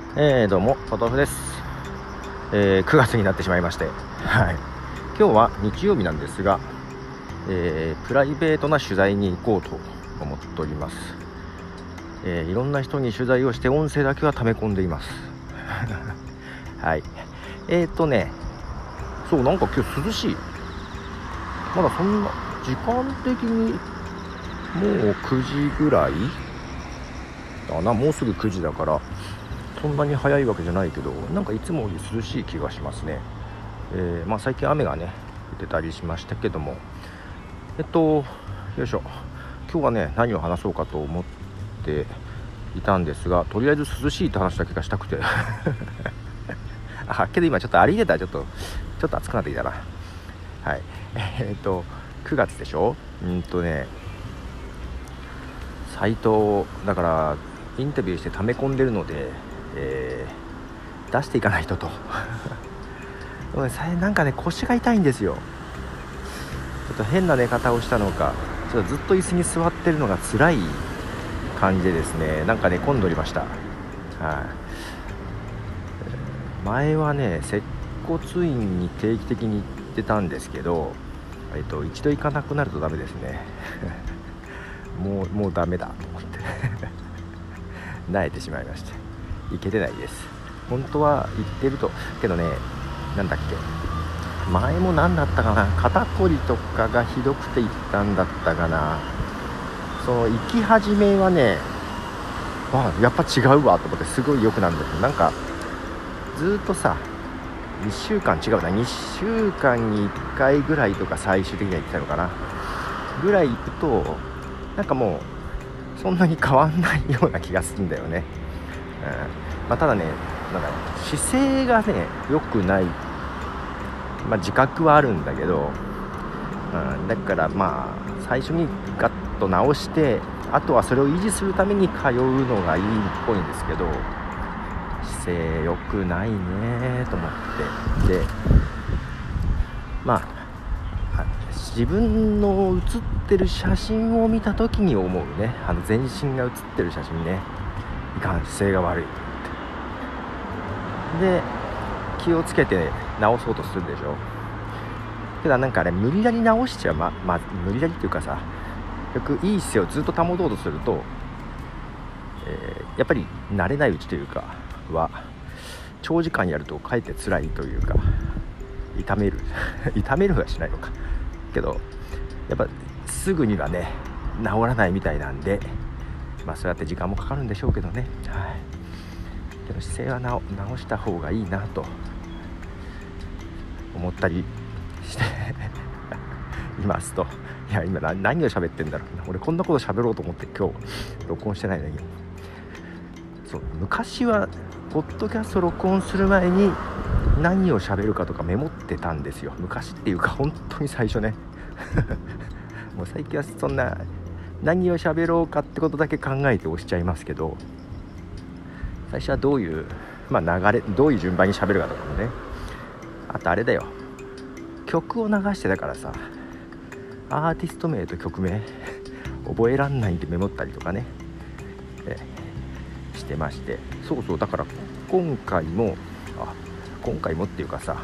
どうもポトフです。9月になってしまいまして、はい、今日は日曜日なんですが、プライベートな取材に行こうと思っております。いろんな人に取材をして音声だけは溜め込んでいますはい。そうなんか今日涼しい。まだそんな時間的にもう9時ぐらいだな。もうすぐ9時だからそんなに早いわけじゃないけど、なんかいつもより涼しい気がしますね。最近雨がね降ってたりしましたけども、よいしょ。今日はね何を話そうかと思っていたんですが、とりあえず涼しいって話だけがしたくてけど今ちょっと歩いてたらちょっと暑くなってきたな。はい。9月でしょ。サイトだからインタビューして溜め込んでるので、出していかないととなんかね腰が痛いんですよ。ちょっと変な寝方をしたのか、ちょっとずっと椅子に座ってるのが辛い感じでですね、なんか寝込んでおりました。前はね接骨院に定期的に行ってたんですけど、一度行かなくなるとダメですねもうダメだと思って慣れてしまいまして、行けてないです。本当は行ってるとけどね、なんだっけ、前も何だったかな、肩こりとかがひどくて行ったんだったかな。その行き始めはね、やっぱ違うわと思ってすごい良くなるんだけど、なんかずっとさ1週間違うな、2週間に1回ぐらいとか最終的には行ってたのかなぐらい行くと、なんかもうそんなに変わんないような気がするんだよね。ただね、なんか姿勢がね良くない、自覚はあるんだけど、だから最初にガッと直して、あとはそれを維持するために通うのがいいっぽいんですけど、姿勢良くないねと思って、で自分の写ってる写真を見た時に思うね、全身が写ってる写真ね、いかん姿勢が悪いで気をつけて直そうとするでしょ。けどなんかね、無理やり直しちゃ無理やりっていうかさ、よくいい姿勢をずっと保とうとすると、やっぱり慣れないうちというかは長時間やるとかえって辛いというか、痛める痛めるはしないのかけど、やっぱすぐにはね治らないみたいなんで、そうやって時間もかかるんでしょうけどね。けど姿勢は直した方がいいなと思ったりしていますと。いや今何を喋ってんだろうな、俺こんなこと喋ろうと思って今日録音してないのに。そう昔はポッドキャスト録音する前に何を喋るかとかメモってたんですよ。昔っていうか本当に最初ねもう最近はそんな何を喋ろうかってことだけ考えて押しちゃいますけど、最初はどういう、流れ、どういう順番に喋るかとかもね。あとあれだよ、曲を流してたからさ、アーティスト名と曲名覚えらんないんでメモったりとかね、してまして、そうだから今回もっていうかさ、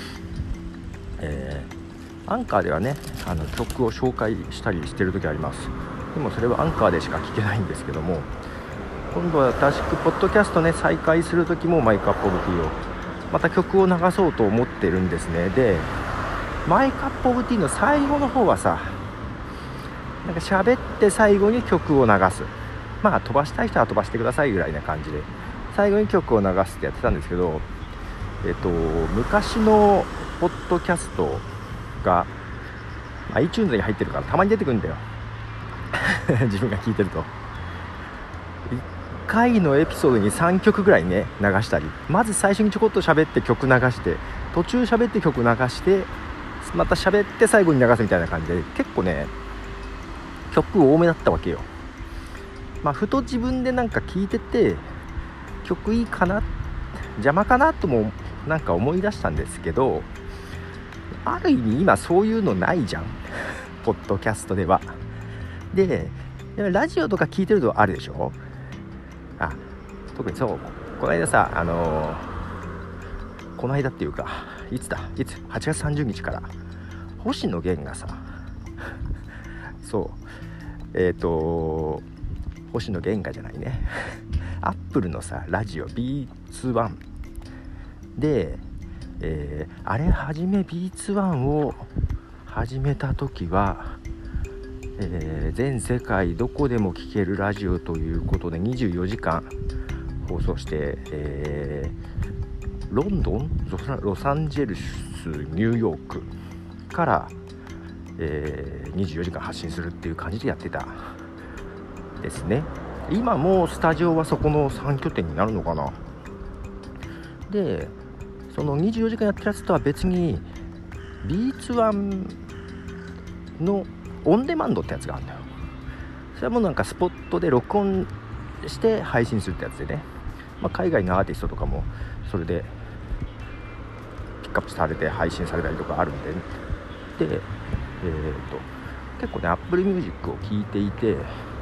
アンカーではね曲を紹介したりしてる時あります。でもそれはアンカーでしか聞けないんですけども、今度は新しくポッドキャストね再開する時もマイクアップオブティーをまた曲を流そうと思ってるんですね。でマイクアップオブティーの最後の方はさ、なんか喋って最後に曲を流す、飛ばしたい人は飛ばしてくださいぐらいな感じで最後に曲を流すってやってたんですけど、昔のポッドキャストが iTunes に入ってるからたまに出てくるんだよ自分が聞いてると1回のエピソードに3曲ぐらいね流したり、まず最初にちょこっと喋って曲流して、途中喋って曲流してまた喋って最後に流すみたいな感じで、結構ね曲多めだったわけよ。ふと自分でなんか聞いてて曲いいかな、邪魔かなともなんか思い出したんですけど、ある意味今そういうのないじゃんポッドキャストでは。でラジオとか聞いてるとあるでしょ。特にそうこの間さこの間っていうかいつ8月30日から星野源がさ星野源がじゃないねアップルのさラジオ Beats1 で、あれはじめ Beats1 を始めた時は、全世界どこでも聴けるラジオということで24時間放送して、ロンドン、ロサンゼルス、ニューヨークから、24時間発信するっていう感じでやってたですね。今もスタジオはそこの3拠点になるのかな。でその24時間やってるやつとは別に Beats1 のオンデマンドってやつがあるんだよ。それはもうなんかスポットで録音して配信するってやつでね、海外のアーティストとかもそれでピックアップされて配信されたりとかあるんで、で、結構ね Apple Music を聴いていて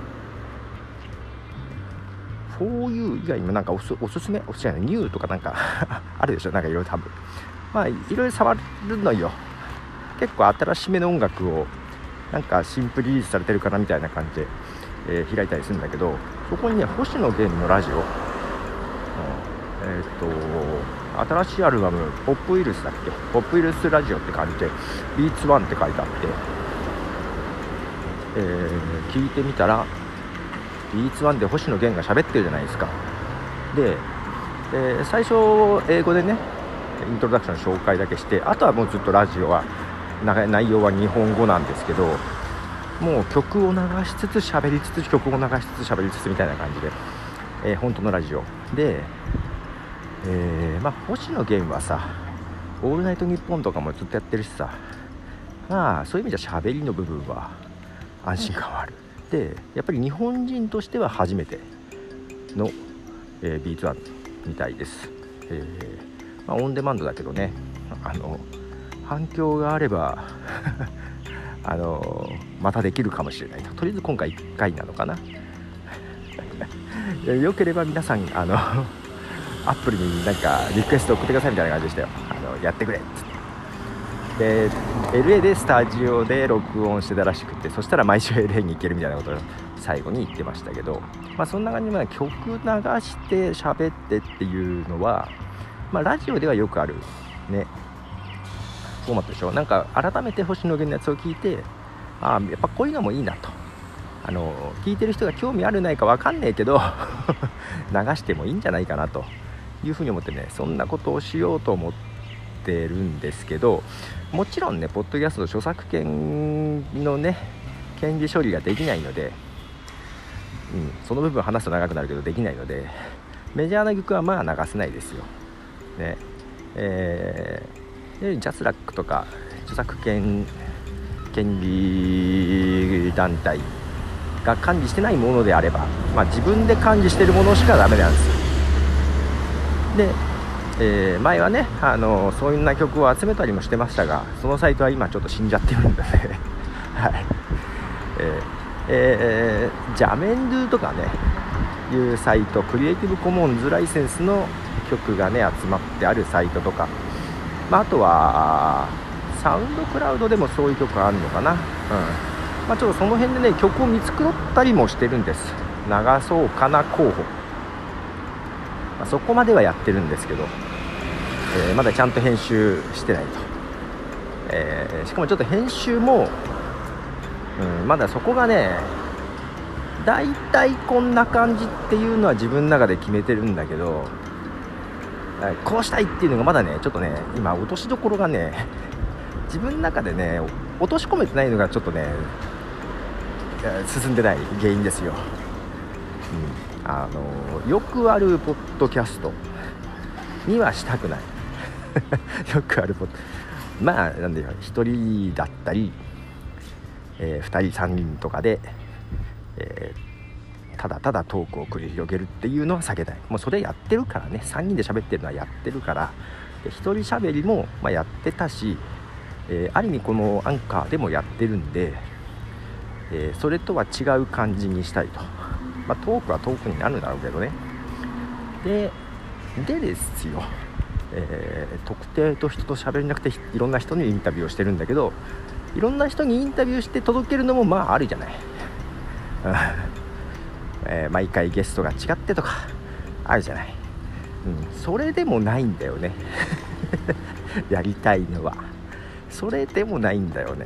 For You 以外にもなんかおすすめニューとかなんかあるでしょ、なんかいろいろ多分いろいろ触るのよ。結構新しめの音楽をなんか新プリリースされてるかなみたいな感じで、開いたりするんだけど、そこにね星野源のラジオ、新しいアルバムポップウイルスだっけ、ポップウイルスラジオって感じで Beats1 って書いてあって、聞いてみたら Beats1 で星野源が喋ってるじゃないですか。で、最初英語でねイントロダクション紹介だけして、あとはもうずっとラジオは内容は日本語なんですけど、もう曲を流しつつ喋りつつ曲を流しつつ喋りつつみたいな感じで、本当のラジオで、星野源はさオールナイトニッポンとかもずっとやってるしさ、そういう意味じゃ喋りの部分は安心感はある。でやっぱり日本人としては初めての、Beats1 みたいです。オンデマンドだけどね、反響があればまたできるかもしれないと。とりあえず今回1回なのかなよければ皆さんアップルになんかリクエスト送ってくださいみたいな感じでしたよ。やってくれっつって。で LA でスタジオで録音してたらしくて、そしたら毎週 LA に行けるみたいなことを最後に言ってましたけど、そんな感じで曲流して喋ってっていうのは、ラジオではよくあるねフォーマットでしょ。なんか改めて星野源のやつを聞いて、やっぱこういうのもいいなと、聞いてる人が興味あるないか分かんねえけど流してもいいんじゃないかなというふうに思ってね、そんなことをしようと思ってるんですけど、もちろんねポッドキャストの著作権のね権利処理ができないので、その部分話すと長くなるけどできないので、メジャーな曲は流せないですよね。ジャスラックとか著作権権利団体が管理してないものであれば、自分で管理しているものしかダメなんですよ。で、前はねそういうな曲を集めたりもしてましたが、そのサイトは今ちょっと死んじゃってるんでねはい、ジャメンドゥとかねいうサイト、クリエイティブコモンズライセンスの曲がね集まってあるサイトとか、あとはサウンドクラウドでもそういう曲あるのかな。ちょっとその辺でね曲を見繕ったりもしてるんです。流そうかな候補、そこまではやってるんですけど、まだちゃんと編集してないと、しかもちょっと編集も、まだそこがねだいたいこんな感じっていうのは自分の中で決めてるんだけど、こうしたいっていうのがまだねちょっとね今落としどころがね自分の中でね落とし込めてないのがちょっとね進んでない原因ですよ。よくあるポッドキャストにはしたくないよくあるなんで1人だったり、2人3人とかで、ただただトークを繰り広げるっていうのは避けたい。もうそれやってるからね、3人で喋ってるのはやってるから、1人喋りもやってたし、ある意味このアンカーでもやってるんで、それとは違う感じにしたいと。トークはトークになるんだろうけどね。で、 でですよ、特定と人と喋れなくていろんな人にインタビューをしてるんだけど、いろんな人にインタビューして届けるのもまああるじゃない、毎回ゲストが違ってとかあるじゃない、それでもないんだよねやりたいのはそれでもないんだよね、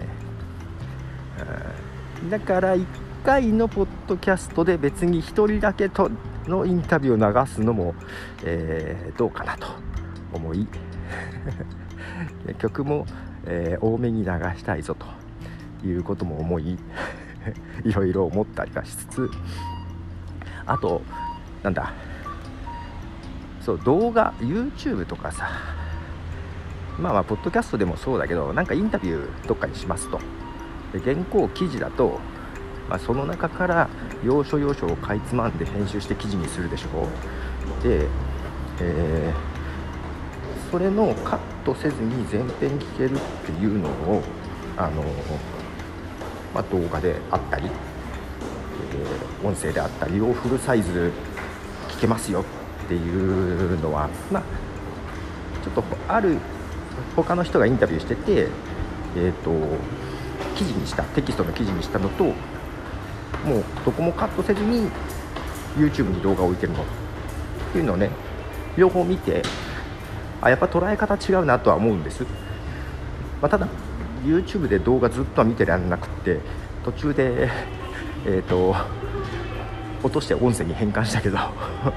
だから1回のポッドキャストで別に1人だけのインタビューを流すのも、どうかなと思い曲も、多めに流したいぞということも思いいろいろ思ったりはしつつ、あとなんだそう動画 YouTube とかさ、まあポッドキャストでもそうだけど、なんかインタビューどっかにしますと、で原稿記事だと、その中から要所要所をかいつまんで編集して記事にするでしょ。で、それのカットせずに全編聞けるっていうのを動画であったり、音声であったりをフルサイズ聞けますよっていうのは、ちょっとある他の人がインタビューしてて、記事にしたテキストの記事にしたのと、もうどこもカットせずに YouTube に動画を置いてるのっていうのをね、両方見て、やっぱ捉え方違うなとは思うんです。ただ YouTube で動画ずっとは見てられなくって途中で落として音声に変換したけど、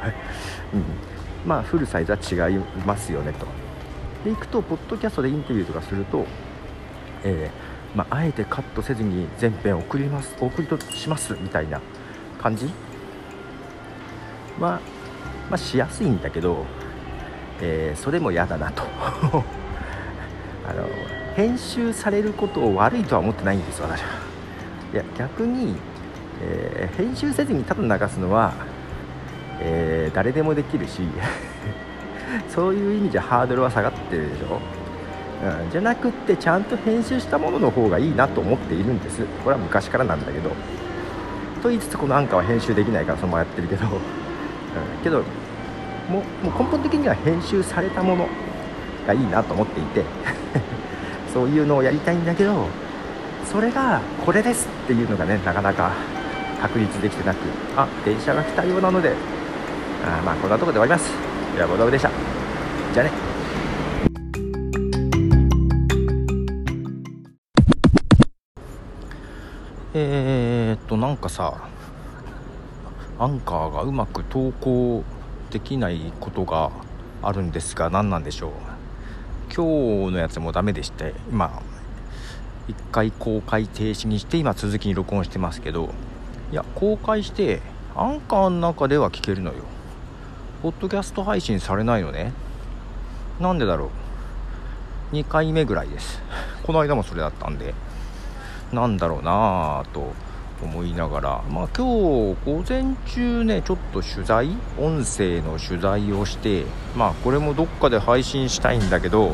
フルサイズは違いますよねと。でいくとポッドキャストでインタビューとかすると、あえてカットせずに全編お送りとしますみたいな感じしやすいんだけど、それも嫌だなと編集されることを悪いとは思ってないんです私は。いや逆に、編集せずにただ流すのは、誰でもできるしそういう意味じゃハードルは下がってるでしょ、じゃなくってちゃんと編集したものの方がいいなと思っているんです。これは昔からなんだけど、と言いつつこのアンカーは編集できないからそのままやってるけど、けどもう根本的には編集されたものがいいなと思っていてそういうのをやりたいんだけど、それがこれですっていうのがね、なかなか確立できてなく、電車が来たようなので、こんなところで終わります。ではボドブでした。じゃあね。なんかさ、アンカーがうまく投稿できないことがあるんですが、何なんでしょう。今日のやつもダメでして、今一回公開停止にして今続きに録音してますけど、いや公開してアンカーの中では聞けるのよ。ポッドキャスト配信されないのね。なんでだろう。2回目ぐらいです。この間もそれだったんで、なんだろうなと思いながら、今日午前中ね、ちょっと音声の取材をして、これもどっかで配信したいんだけど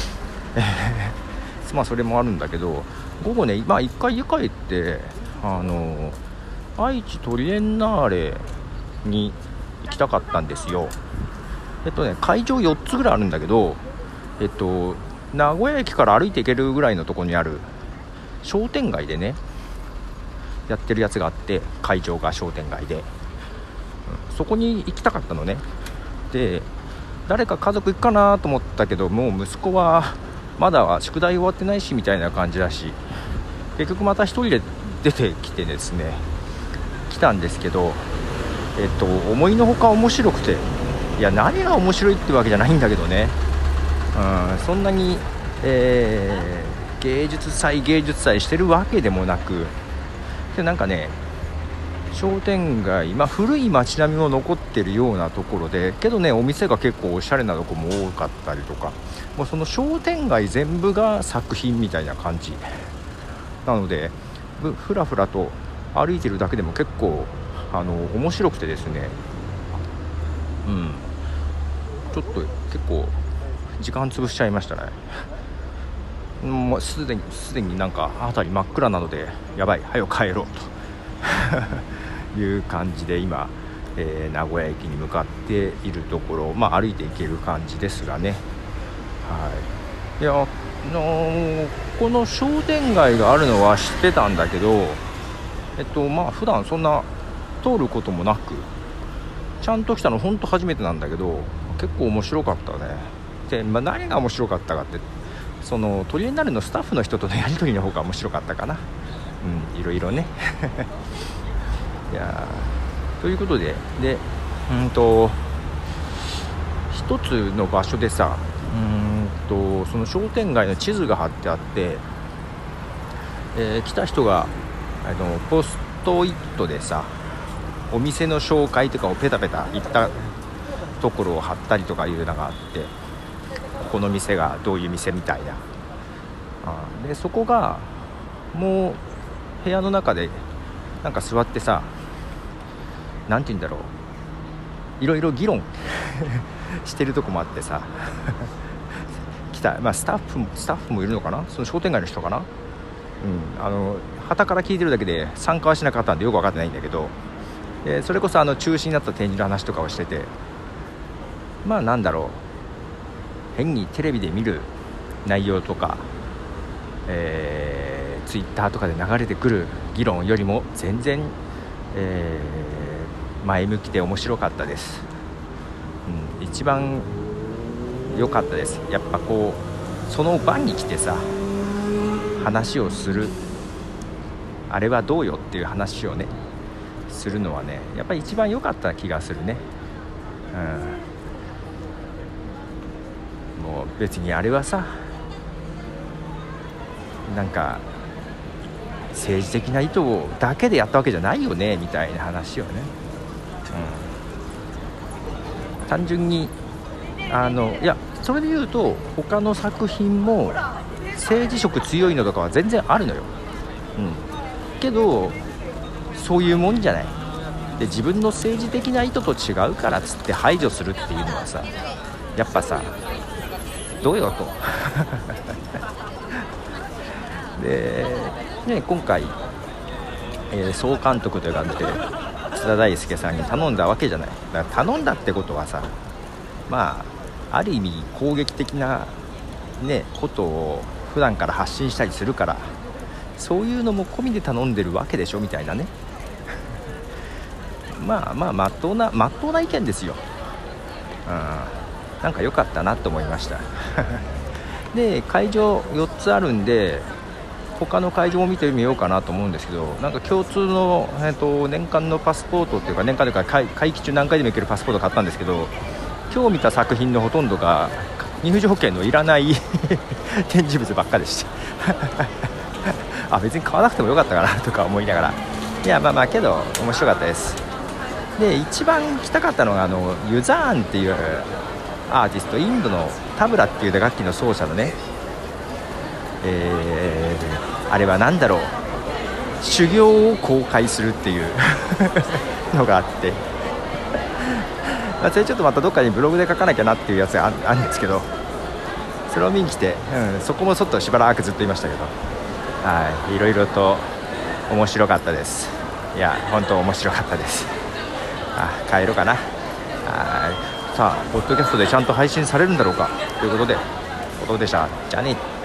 それもあるんだけど、午後ね、一回家帰って愛知トリエンナーレに行きたかったんですよ。会場4つぐらいあるんだけど、名古屋駅から歩いて行けるぐらいのところにある商店街でねやってるやつがあって、会場が商店街で、そこに行きたかったのね。で誰か家族行くかなと思ったけど、もう息子はまだ宿題終わってないしみたいな感じだし、結局また一人で出てきてですね、来たんですけど、思いのほか面白くて、いや何が面白いってわけじゃないんだけどね、そんなに、芸術祭してるわけでもなくで、なんかね、商店街、古い街並みも残ってるようなところで、けどねお店が結構おしゃれなとこも多かったりとか、もうその商店街全部が作品みたいな感じなので、ふらふらと歩いてるだけでも結構面白くてですね、ちょっと結構時間潰しちゃいましたね。もうすでになんか辺り真っ暗なので、やばい早く帰ろうという感じで今名古屋駅に向かっているところ、歩いて行ける感じですがね。はい、いやこの商店街があるのは知ってたんだけど、普段そんな通ることもなくちゃんと来たの本当初めてなんだけど、結構面白かったね。で、何が面白かったかって、そのトリエンナーレのスタッフの人とのやり取りの方が面白かったかな。いろいろねいやということで一つの場所でさ、その商店街の地図が貼ってあって、来た人がポストイットでさ、お店の紹介とかをペタペタ言ったところを貼ったりとかいうのがあって、この店がどういう店みたいな。でそこがもう部屋の中でなんか座ってさ、なんて言うんだろう、いろいろ議論してるとこもあってさ来た、スタッフもいるのかな、その商店街の人かな。旗から聞いてるだけで参加はしなかったんでよく分かってないんだけど、それこそ中止になった展示の話とかをしてて、なんだろう、変にテレビで見る内容とか、ツイッターとかで流れてくる議論よりも全然、前向きで面白かったです。一番良かったです。やっぱこうその場に来てさ、話をする、あれはどうよっていう話をねするのはね、やっぱり一番良かった気がするね。もう別にあれはさ、なんか政治的な意図だけでやったわけじゃないよねみたいな話をね、単純にいや、それで言うと他の作品も政治色強いのとかは全然あるのよ。けどそういうもんじゃない。で、自分の政治的な意図と違うからっつって排除するっていうのはさ、やっぱさどうよとで、今回、総監督という感じで津田大介さんに頼んだわけじゃない。だから頼んだってことはさ、ある意味攻撃的なことを普段から発信したりするから、そういうのも込みで頼んでるわけでしょみたいなねまっとうな意見ですよ。なんか良かったなと思いましたで、会場4つあるんで他の会場も見てみようかなと思うんですけど、なんか共通の、年間のパスポートっていうか、年間というか会期中何回でも行けるパスポート買ったんですけど、今日見た作品のほとんどが入場保険のいらない展示物ばっかでした別に買わなくてもよかったかなとか思いながら、いやけど面白かったです。で、一番来たかったのがユザーンっていうアーティスト、インドのタブラっていう打楽器の奏者のね、あれは何だろう、修行を公開するっていうのがあってそれちょっとまたどっかにブログで書かなきゃなっていうやつがあるんですけど、それを見に来て、そこもちょっとしばらくずっといましたけど、いろいろと面白かったです。いや本当面白かったです。帰ろうかな。さあポッドキャストでちゃんと配信されるんだろうかということで、おどうでした。じゃあね。